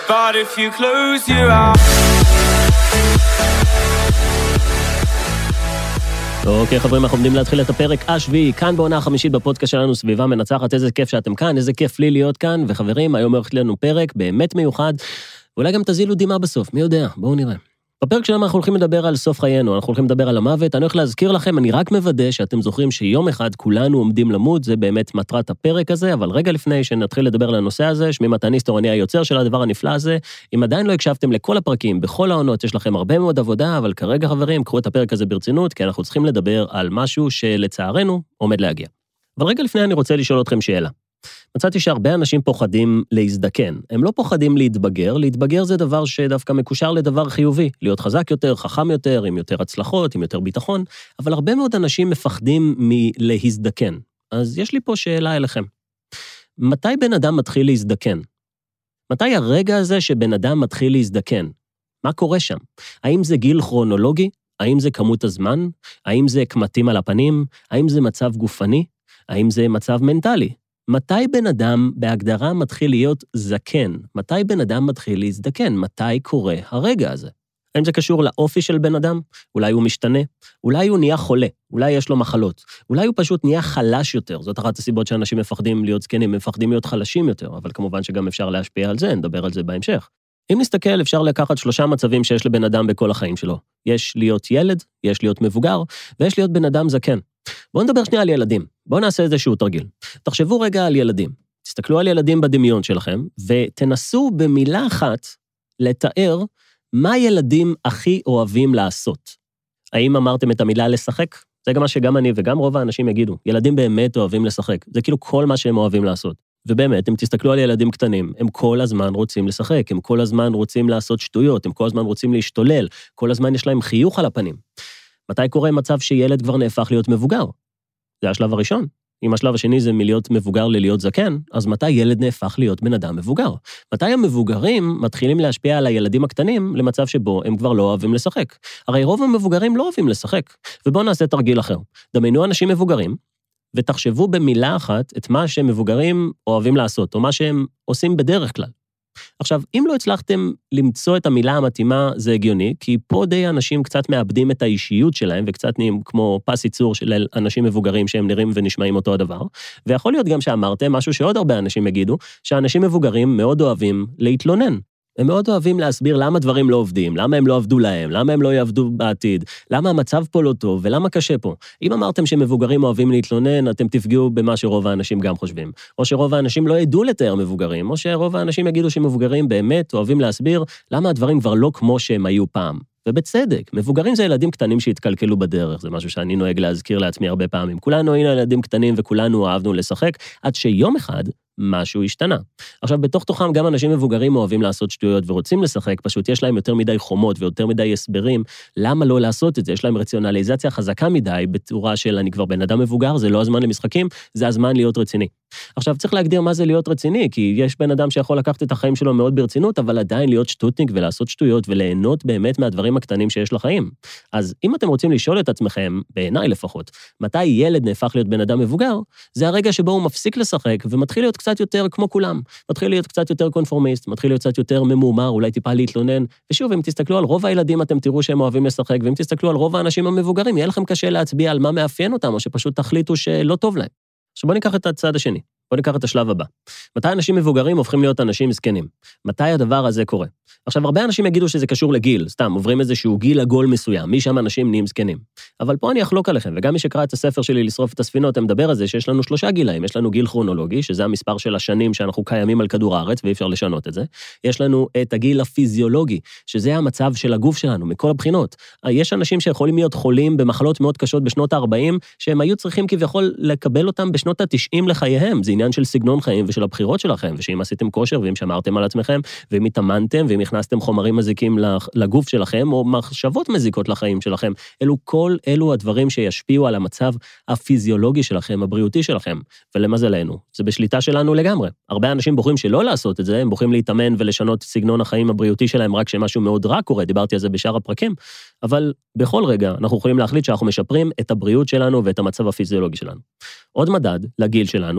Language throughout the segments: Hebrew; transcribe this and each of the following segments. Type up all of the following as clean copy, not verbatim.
But if you close your eyes. אוקיי, חברים, אנחנו עומדים להתחיל את הפרק השביעי, כאן בעונה החמישית בפודקאסט שלנו, סביבה מנצחת. איזה כיף שאתם כאן, איזה כיף לי להיות כאן, וחברים, היום הולך לנו פרק באמת מיוחד, ואולי גם תזילו דמעה בסוף, מי יודע, בואו נראה. בפרק שלנו אנחנו הולכים לדבר על סוף חיינו, אנחנו הולכים לדבר על המוות. אני הולך להזכיר לכם, אני רק מוודא שאתם זוכרים שיום אחד כולנו עומדים למות, זה באמת מטרת הפרק הזה, אבל רגע לפני שנתחיל לדבר על הנושא הזה, שמי מתן איסטור, אני היוצר של הדבר הנפלא הזה. אם עדיין לא הקשבתם לכל הפרקים, בכל העונות, יש לכם הרבה מאוד עבודה, אבל כרגע חברים, קחו את הפרק הזה ברצינות, כי אנחנו צריכים לדבר על משהו שלצערנו עומד להגיע. אבל רגע לפני אני רוצה לשאול אתכם שאלה. מצאתי שהרבה אנשים פוחדים להזדקן. הם לא פוחדים להתבגר. להתבגר זה דבר שדווקא מקושר לדבר חיובי. להיות חזק יותר, חכם יותר, עם יותר הצלחות, עם יותר ביטחון. אבל הרבה מאוד אנשים מפחדים מלהזדקן. אז יש לי פה שאלה אליכם. מתי בן אדם מתחיל להזדקן? מתי הרגע הזה שבן אדם מתחיל להזדקן? מה קורה שם? האם זה גיל כרונולוגי? האם זה כמות הזמן? האם זה קמטים על הפנים? האם זה מצב גופני? האם זה מצב מנטלי? מתי בן אדם בהגדרה מתחיל להיות זקן? מתי בן אדם מתחיל להזדקן? מתי קורה הרגע הזה? האם זה קשור לאופי של בן אדם? אולי הוא משתנה? אולי הוא נהיה חולה? אולי יש לו מחלות? אולי הוא פשוט נהיה חלש יותר? זאת אחת הסיבות שאנשים מפחדים להיות זקנים, מפחדים להיות חלשים יותר, אבל כמובן שגם אפשר להשפיע על זה, נדבר על זה בהמשך. אם נסתכל, אפשר לקחת 3 מצבים שיש לבן אדם בכל החיים שלו. יש להיות ילד, יש להיות מבוגר, ויש להיות בן אדם זקן. בואו נדבר שנייה על ילדים. בואו נעשה איזשהו תרגיל. תחשבו רגע על ילדים. תסתכלו על ילדים בדמיון שלכם, ותנסו במילה אחת לתאר מה ילדים הכי אוהבים לעשות. האם אמרתם את המילה לשחק? זה גם מה שגם אני וגם רוב האנשים יגידו. ילדים באמת אוהבים לשחק. זה כאילו כל מה שהם אוהבים לעשות. ובאמת, אם תסתכלו על ילדים קטנים, הם כל הזמן רוצים לשחק, הם כל הזמן רוצים לעשות שטויות, הם כל הזמן רוצים להשתולל, כל הזמן יש להם חיוך על הפנים. מתי קורה מצב שילד כבר נהפך להיות מבוגר? זה השלב הראשון. אם השלב השני זה מלהיות מבוגר ללהיות זקן, אז מתי ילד נהפך להיות בן אדם מבוגר? מתי המבוגרים מתחילים להשפיע על הילדים הקטנים למצב שבו הם כבר לא אוהבים לשחק? הרי רוב המבוגרים לא אוהבים לשחק. ובואו נעשה תרגיל אחר. דמיינו אנשים מבוגרים, ותחשבו במילה אחת את מה שהם מבוגרים אוהבים לעשות, או מה שהם עושים בדרך כלל. עכשיו, אם לא הצלחתם למצוא את המילה המתאימה, זה הגיוני, כי פה די אנשים קצת מאבדים את האישיות שלהם, וקצת נהיים כמו פס ייצור של אנשים מבוגרים שהם נראים ונשמעים אותו הדבר, ויכול להיות גם שאמרתם משהו שעוד הרבה אנשים יגידו, שאנשים מבוגרים מאוד אוהבים להתלונן. הם מאוד אוהבים להסביר למה דברים לא עובדים, למה הם לא עבדו להם, למה הם לא יעבדו בעתיד, למה המצב פה לא טוב ולמה קשה פה. אם אמרתם שמבוגרים אוהבים להתלונן, אתם תפגעו במה שרוב האנשים גם חושבים. או שרוב האנשים לא ידעו לתאר מבוגרים, או שרוב האנשים יגידו שמבוגרים באמת אוהבים להסביר למה הדברים כבר לא כמו שהם היו פעם. ובצדק, מבוגרים זה ילדים קטנים שהתקלקלו בדרך, זה משהו שאני נוהג להזכיר לעצמי הרבה פעמים. כולנו היינו ילדים קטנים וכולנו אהבנו לשחק, עד שיום אחד משהו השתנה. עכשיו, בתוך תוכם גם אנשים מבוגרים אוהבים לעשות שטויות ורוצים לשחק, פשוט יש להם יותר מדי חומות ויותר מדי הסברים, למה לא לעשות את זה? יש להם רציונליזציה חזקה מדי, בתאורה של אני כבר בן אדם מבוגר, זה לא הזמן למשחקים, זה הזמן להיות רציני. עכשיו, צריך להגדיר מה זה להיות רציני, כי יש בן אדם שיכול לקחת את החיים שלו מאוד ברצינות, אבל עדיין להיות שטוטניק ולעשות שטויות וליהנות באמת מהדברים הקטנים שיש לחיים. אז אם אתם רוצים לשאול את עצמכם, בעיניי לפחות, מתי ילד נהפך להיות בן אדם מבוגר, זה הרגע שבו הוא מפסיק לשחק ומתחיל להיות קצת יותר כמו כולם. מתחיל להיות קצת יותר קונפורמיסט, מתחיל להיות קצת יותר ממומר, אולי טיפה להתלונן. ושוב, אם תסתכלו על רוב הילדים, אתם תראו שהם אוהבים לשחק, ואם תסתכלו על רוב האנשים המבוגרים, יהיה לכם קשה להצביע על מה מאפיין אותם, או שפשוט תחליטו שלא טוב להם. עכשיו בוא ניקח את הצד השני. בוא ניקח את השלב הבא. מתי אנשים מבוגרים הופכים להיות אנשים זקנים? מתי הדבר הזה קורה? עכשיו, הרבה אנשים יגידו שזה קשור לגיל, סתם, עוברים איזשהו גיל עגול מסוים, משם אנשים נהיים זקנים. אבל פה אני אחלוק עליכם, וגם מי שקרא את הספר שלי לשרוף את הספינות, הם מדבר על זה שיש לנו 3 גילאים. יש לנו גיל כרונולוגי, שזה המספר של השנים שאנחנו קיימים על כדור הארץ, ואי אפשר לשנות את זה. יש לנו את הגיל הפיזיולוגי, שזה המצב של הגוף שלנו, מכל הבחינות. יש אנשים שיכולים להיות חולים במחלות מאוד קשות בשנות ה-40, שהם היו צריכים כביכול לקבל אותם בשנות ה-90 לחייהם. זה עניין של סגנון חיים ושל הבחירות שלכם, ושאם עשיתם כושר, ואם שמרתם על עצמכם, ואם התאמנתם, ואם הכנסתם חומרים מזיקים לגוף שלכם, או מחשבות מזיקות לחיים שלכם, כל אלו הדברים שישפיעו על המצב הפיזיולוגי שלכם, הבריאותי שלכם, ולמזלנו, זה בשליטה שלנו לגמרי. הרבה אנשים בוחרים שלא לעשות את זה, הם בוחרים להתאמן ולשנות סגנון החיים הבריאותי שלהם, רק שמשהו מאוד רע קורה, דיברתי על זה בשאר הפרקים, אבל בכל רגע אנחנו יכולים להחליט שאנחנו משפרים את הבריאות שלנו ואת המצב הפיזיולוגי שלנו. עוד מדד לגיל שלנו, זה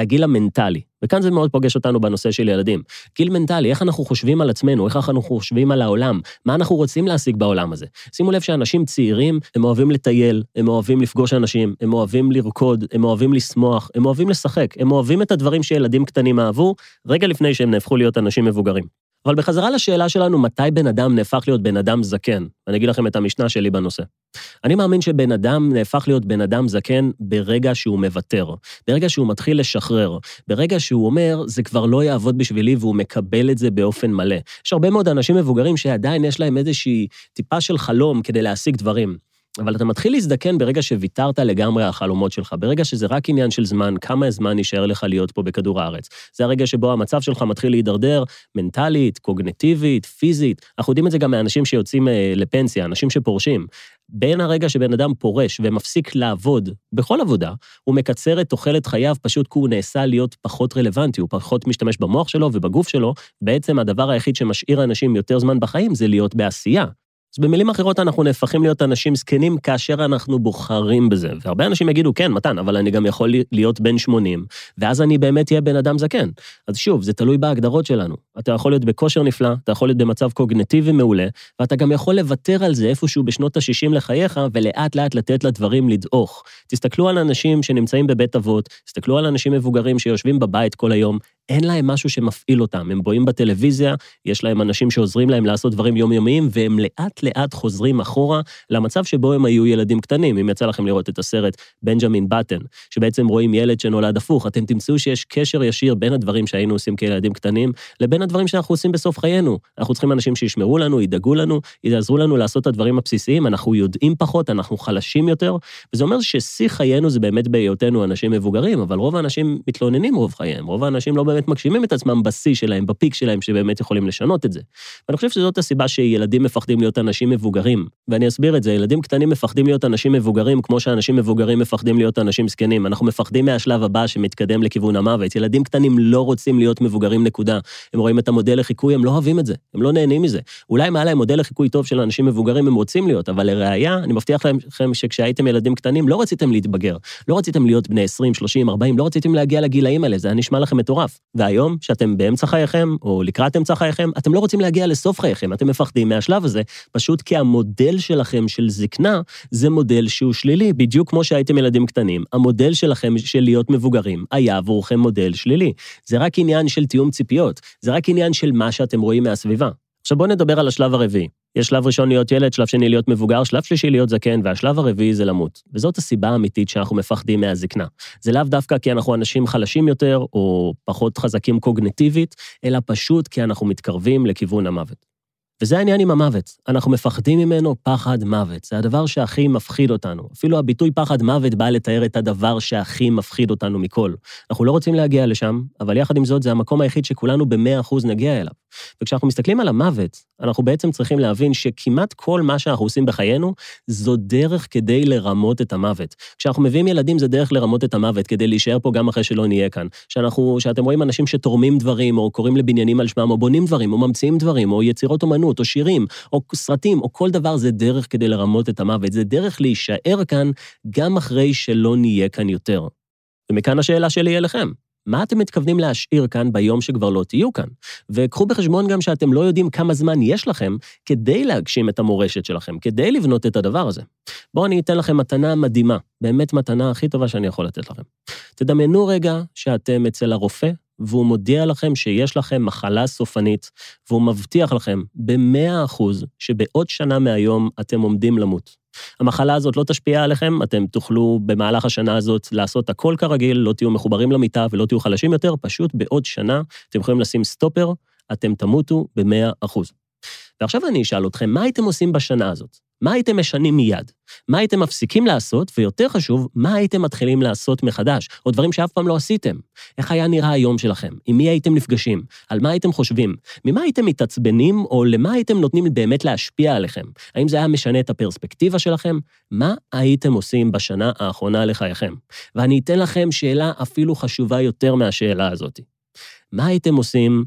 הגיל המנטלי, וכאן זה מאוד פוגש אותנו בנושא של ילדים. גיל מנטלי, איך אנחנו חושבים על עצמנו, איך אנחנו חושבים על העולם, מה אנחנו רוצים להשיג בעולם הזה. שימו לב שאנשים צעירים, הם אוהבים לטייל, הם אוהבים לפגוש אנשים, הם אוהבים לרקוד, הם אוהבים לשמוח, הם אוהבים לשחק, הם אוהבים את הדברים שילדים קטנים אהבו, רגע לפני שהם נהפכו להיות אנשים מבוגרים. אבל בחזרה לשאלה שלנו, מתי בן אדם נהפך להיות בן אדם זקן? אני אגיד לכם את המשנה שלי בנושא. אני מאמין שבן אדם נהפך להיות בן אדם זקן ברגע שהוא מוותר, ברגע שהוא מתחיל לשחרר, ברגע שהוא אומר, זה כבר לא יעבוד בשבילי, והוא מקבל את זה באופן מלא. יש הרבה מאוד אנשים מבוגרים שעדיין יש להם איזושהי טיפה של חלום כדי להשיג דברים. אבל אתה מתחיל להזדקן ברגע שוויתרת לגמרי על החלומות שלך, ברגע שזה רק עניין של זמן, כמה זמן יישאר לך להיות פה בכדור הארץ. זה הרגע שבו המצב שלך מתחיל להידרדר, מנטלית, קוגניטיבית, פיזית. אנחנו יודעים את זה גם מאנשים שיוצאים לפנסיה, אנשים שפורשים. בין הרגע שבן אדם פורש ומפסיק לעבוד בכל עבודה, הוא מקצר את תוחלת חייו פשוט כי הוא נעשה להיות פחות רלוונטי, הוא פחות משתמש במוח שלו ובגוף שלו, בעצם הדבר היחיד שמשאיר אנשים יותר זמן בחיים זה להיות בעשייה. אז במילים אחרות אנחנו נהפכים להיות אנשים זקנים כאשר אנחנו בוחרים בזה. והרבה אנשים יגידו, כן, מתן, אבל אני גם יכול להיות בן 80, ואז אני באמת אהיה בן אדם זקן. אז שוב, זה תלוי בהגדרות שלנו. אתה יכול להיות בכושר נפלא, אתה יכול להיות במצב קוגניטיבי מעולה, ואתה גם יכול לוותר על זה איפשהו בשנות ה-60 לחייך, ולאט לאט לתת לדברים לדעוך. תסתכלו על אנשים שנמצאים בבית אבות, תסתכלו על אנשים מבוגרים שיושבים בבית כל היום, אין להם משהו שמפעיל אותם, הם בואים בטלוויזיה, יש להם אנשים שעוזרים להם לעשות דברים יומיומיים, והם לאט לאט חוזרים אחורה למצב שבו הם היו ילדים קטנים. אם יצא לכם לראות את הסרט בנג'מין בטן, שבעצם רואים ילד שנולד הפוך, אתם תמצאו שיש קשר ישיר בין הדברים שהיינו עושים כילדים קטנים, לבין הדברים שאנחנו עושים בסוף חיינו. אנחנו צריכים אנשים שישמרו לנו, ידאגו לנו, יעזרו לנו לעשות את הדברים הבסיסיים, אנחנו יודעים פחות, אנחנו חלשים יותר, וזה אומר ששיא חיינו זה באמת בהיותנו אנשים מבוגרים, אבל רוב האנשים מתלוננים רוב חייהם, רוב האנשים לא באמת מגשימים את עצמם בשיא שלהם, בפיק שלהם, שבאמת יכולים לשנות את זה. ואני חושב שזאת הסיבה שילדים מפחדים להיות אנשים מבוגרים. ואני אסביר את זה, ילדים קטנים מפחדים להיות אנשים מבוגרים, כמו שאנשים מבוגרים מפחדים להיות אנשים זקנים. אנחנו מפחדים מהשלב הבא שמתקדם לכיוון המוות. ילדים קטנים לא רוצים להיות מבוגרים נקודה. הם רואים את המודל לחיקוי, הם לא אוהבים את זה, הם לא נהנים מזה. אולי מעלה הם מודל לחיקוי טוב של אנשים מבוגרים, הם רוצים להיות, אבל לראיה, אני מבטיח לכם שכשהייתם ילדים קטנים, לא רציתם להתבגר, לא רציתם להיות בני 20, 30, 40, לא רציתם להגיע לגילאים האלה, זה היה נשמע לכם מטורף. והיום, שאתם באמצע חייכם, או לקראת אמצע חייכם, אתם לא רוצים להגיע לסוף חייכם, אתם מפחדים מהשלב הזה, פשוט כי המודל שלכם של זקנה, זה מודל שהוא שלילי, בדיוק כמו שהייתם ילדים קטנים. המודל שלכם של להיות מבוגרים, היה עבורכם מודל שלילי. זה רק עניין של תיאום ציפיות, זה רק עניין של מה שאתם רואים מהסביבה. עכשיו בואו נדבר על השלב הרביעי. יש שלב ראשון להיות ילד, שלב שני להיות מבוגר, שלב שלישי להיות זקן, והשלב הרביעי זה למות. וזאת הסיבה האמיתית שאנחנו מפחדים מהזקנה. זה לאו דווקא כי אנחנו אנשים חלשים יותר, או פחות חזקים קוגניטיבית, אלא פשוט כי אנחנו מתקרבים לכיוון המוות. וזה העניין עם המוות. אנחנו מפחדים ממנו פחד מוות. זה הדבר שהכי מפחיד אותנו. אפילו הביטוי פחד מוות בא לתאר את הדבר שהכי מפחיד אותנו מכל. אנחנו לא רוצים להגיע לשם, אבל יחד עם זאת זה המקום היחיד שכולנו ב100% נגיע אליו. וכשאנחנו מסתכלים על המוות, אנחנו בעצם צריכים להבין שכמעט כל מה שאנחנו עושים בחיינו, זו דרך כדי לרמות את המוות. כשאנחנו מביאים ילדים זה דרך לרמות את המוות, כדי להישאר פה גם אחרי שלא נהיה כאן. שאתם רואים אנשים שתורמים דברים, או קוראים לבניינים על שמם, או בונים דברים, או ממציאים דברים, או יצירות אומנות, או שירים, או סרטים, או כל דבר זה דרך כדי לרמות את המוות. זה דרך להישאר כאן, גם אחרי שלא נהיה כאן יותר. ומכאן השאלה שלי אליכם. מה אתם מתכוונים להשאיר כאן ביום שכבר לא תהיו כאן? וקחו בחשבון גם שאתם לא יודעים כמה זמן יש לכם כדי להגשים את המורשת שלכם, כדי לבנות את הדבר הזה. בואו אני אתן לכם מתנה מדהימה, באמת מתנה הכי טובה שאני יכול לתת לכם. תדמיינו רגע שאתם אצל הרופא, והוא מודיע לכם שיש לכם מחלה סופנית, והוא מבטיח לכם ב100% שבעוד שנה מהיום אתם עומדים למות. המחלה הזאת לא תשפיע עליכם, אתם תוכלו במהלך השנה הזאת לעשות הכל כרגיל, לא תהיו מחוברים למיטה ולא תהיו חלשים יותר, פשוט בעוד שנה אתם יכולים לשים סטופר, אתם תמותו ב100%. ועכשיו אני אשאל אתכם, מה הייתם עושים בשנה הזאת? מה הייתם משנים מיד? מה הייתם מפסיקים לעשות, ויותר חשוב, מה הייתם מתחילים לעשות מחדש, או דברים שאף פעם לא עשיתם? איך היה נראה היום שלכם? עם מי הייתם נפגשים? על מה הייתם חושבים? ממה הייתם מתעצבנים, או למה הייתם נותנים באמת להשפיע עליכם? האם זה היה משנה את הפרספקטיבה שלכם? מה הייתם עושים בשנה האחרונה לחייכם? ואני אתן לכם שאלה אפילו חשובה יותר מהשאלה הזאת. מה הייתם עושים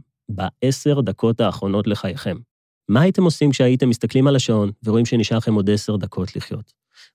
ב10 דקות האחרונות לחייכם? מה הייתם עושים כשהייתם מסתכלים על השעון ורואים שנשאר לכם עוד 10 דקות לחיות?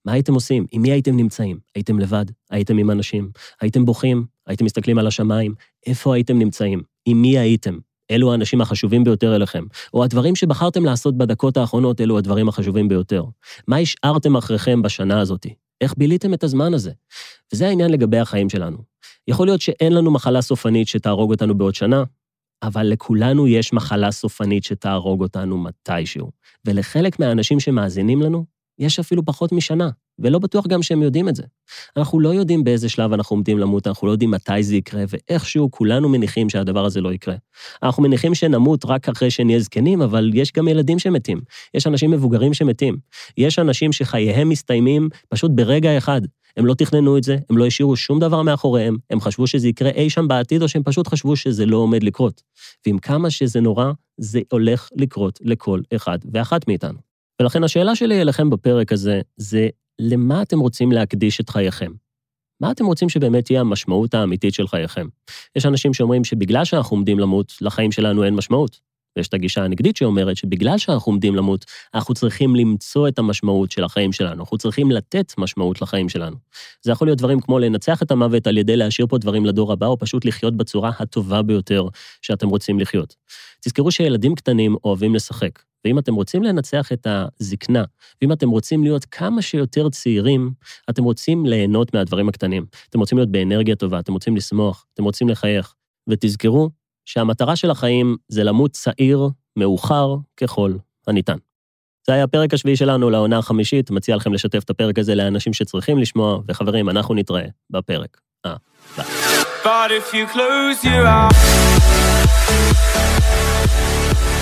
מה הייתם עושים? עם מי הייתם נמצאים? הייתם לבד? הייתם עם אנשים? הייתם בוכים? הייתם מסתכלים על השמיים? איפה הייתם נמצאים? עם מי הייתם? אלו האנשים החשובים ביותר אליכם. או הדברים שבחרתם לעשות בדקות האחרונות, אלו הדברים החשובים ביותר. מה השארתם אחריכם בשנה הזאת? איך ביליתם את הזמן הזה? וזה העניין לגבי החיים שלנו. יכול להיות שאין לנו מחלה סופנית שתהרוג אותנו בעוד שנה, אבל לכולנו יש מחלה סופנית שתהרוג אותנו מתישהו. ולחלק מהאנשים שמאזינים לנו, יש אפילו פחות משנה, ולא בטוח גם שהם יודעים את זה. אנחנו לא יודעים באיזה שלב אנחנו עומדים למות, אנחנו לא יודעים מתי זה יקרה, ואיכשהו כולנו מניחים שהדבר הזה לא יקרה. אנחנו מניחים שנמות רק אחרי שנהיה זקנים, אבל יש גם ילדים שמתים. יש אנשים מבוגרים שמתים. יש אנשים שחייהם מסתיימים פשוט ברגע אחד. הם לא תכננו את זה, הם לא השאירו שום דבר מאחוריהם, הם חשבו שזה יקרה אי שם בעתיד, או שהם פשוט חשבו שזה לא עומד לקרות. ועם כמה שזה נורא, זה הולך לקרות לכל אחד ואחת מאיתנו. ולכן השאלה שלי אליכם בפרק הזה, זה למה אתם רוצים להקדיש את חייכם? מה אתם רוצים שבאמת תהיה המשמעות האמיתית של חייכם? יש אנשים שאומרים שבגלל שאנחנו עומדים למות, לחיים שלנו אין משמעות. ויש את הגישה הנגדית שאומרת שבגלל שאנחנו עומדים למות, אנחנו צריכים למצוא את המשמעות של החיים שלנו, אנחנו צריכים לתת משמעות לחיים שלנו. זה יכול להיות דברים כמו לנצח את המוות על ידי להשאיר פה דברים לדור הבא, או פשוט לחיות בצורה הטובה ביותר שאתם רוצים לחיות. תזכרו שילדים קטנים אוהבים לשחק, ואם אתם רוצים לנצח את הזקנה, ואם אתם רוצים להיות כמה שיותר צעירים, אתם רוצים ליהנות מהדברים הקטנים, אתם רוצים להיות באנרגיה טובה, אתם רוצים לשמוח, אתם רוצים לחייך, ותזכרו שהמטרה של החיים זה למות צעיר, מאוחר, ככל הניתן. זה היה הפרק השביעי שלנו לעונה החמישית, מציע לכם לשתף את הפרק הזה לאנשים שצריכים לשמוע, וחברים, אנחנו נתראה בפרק. But if you close your eyes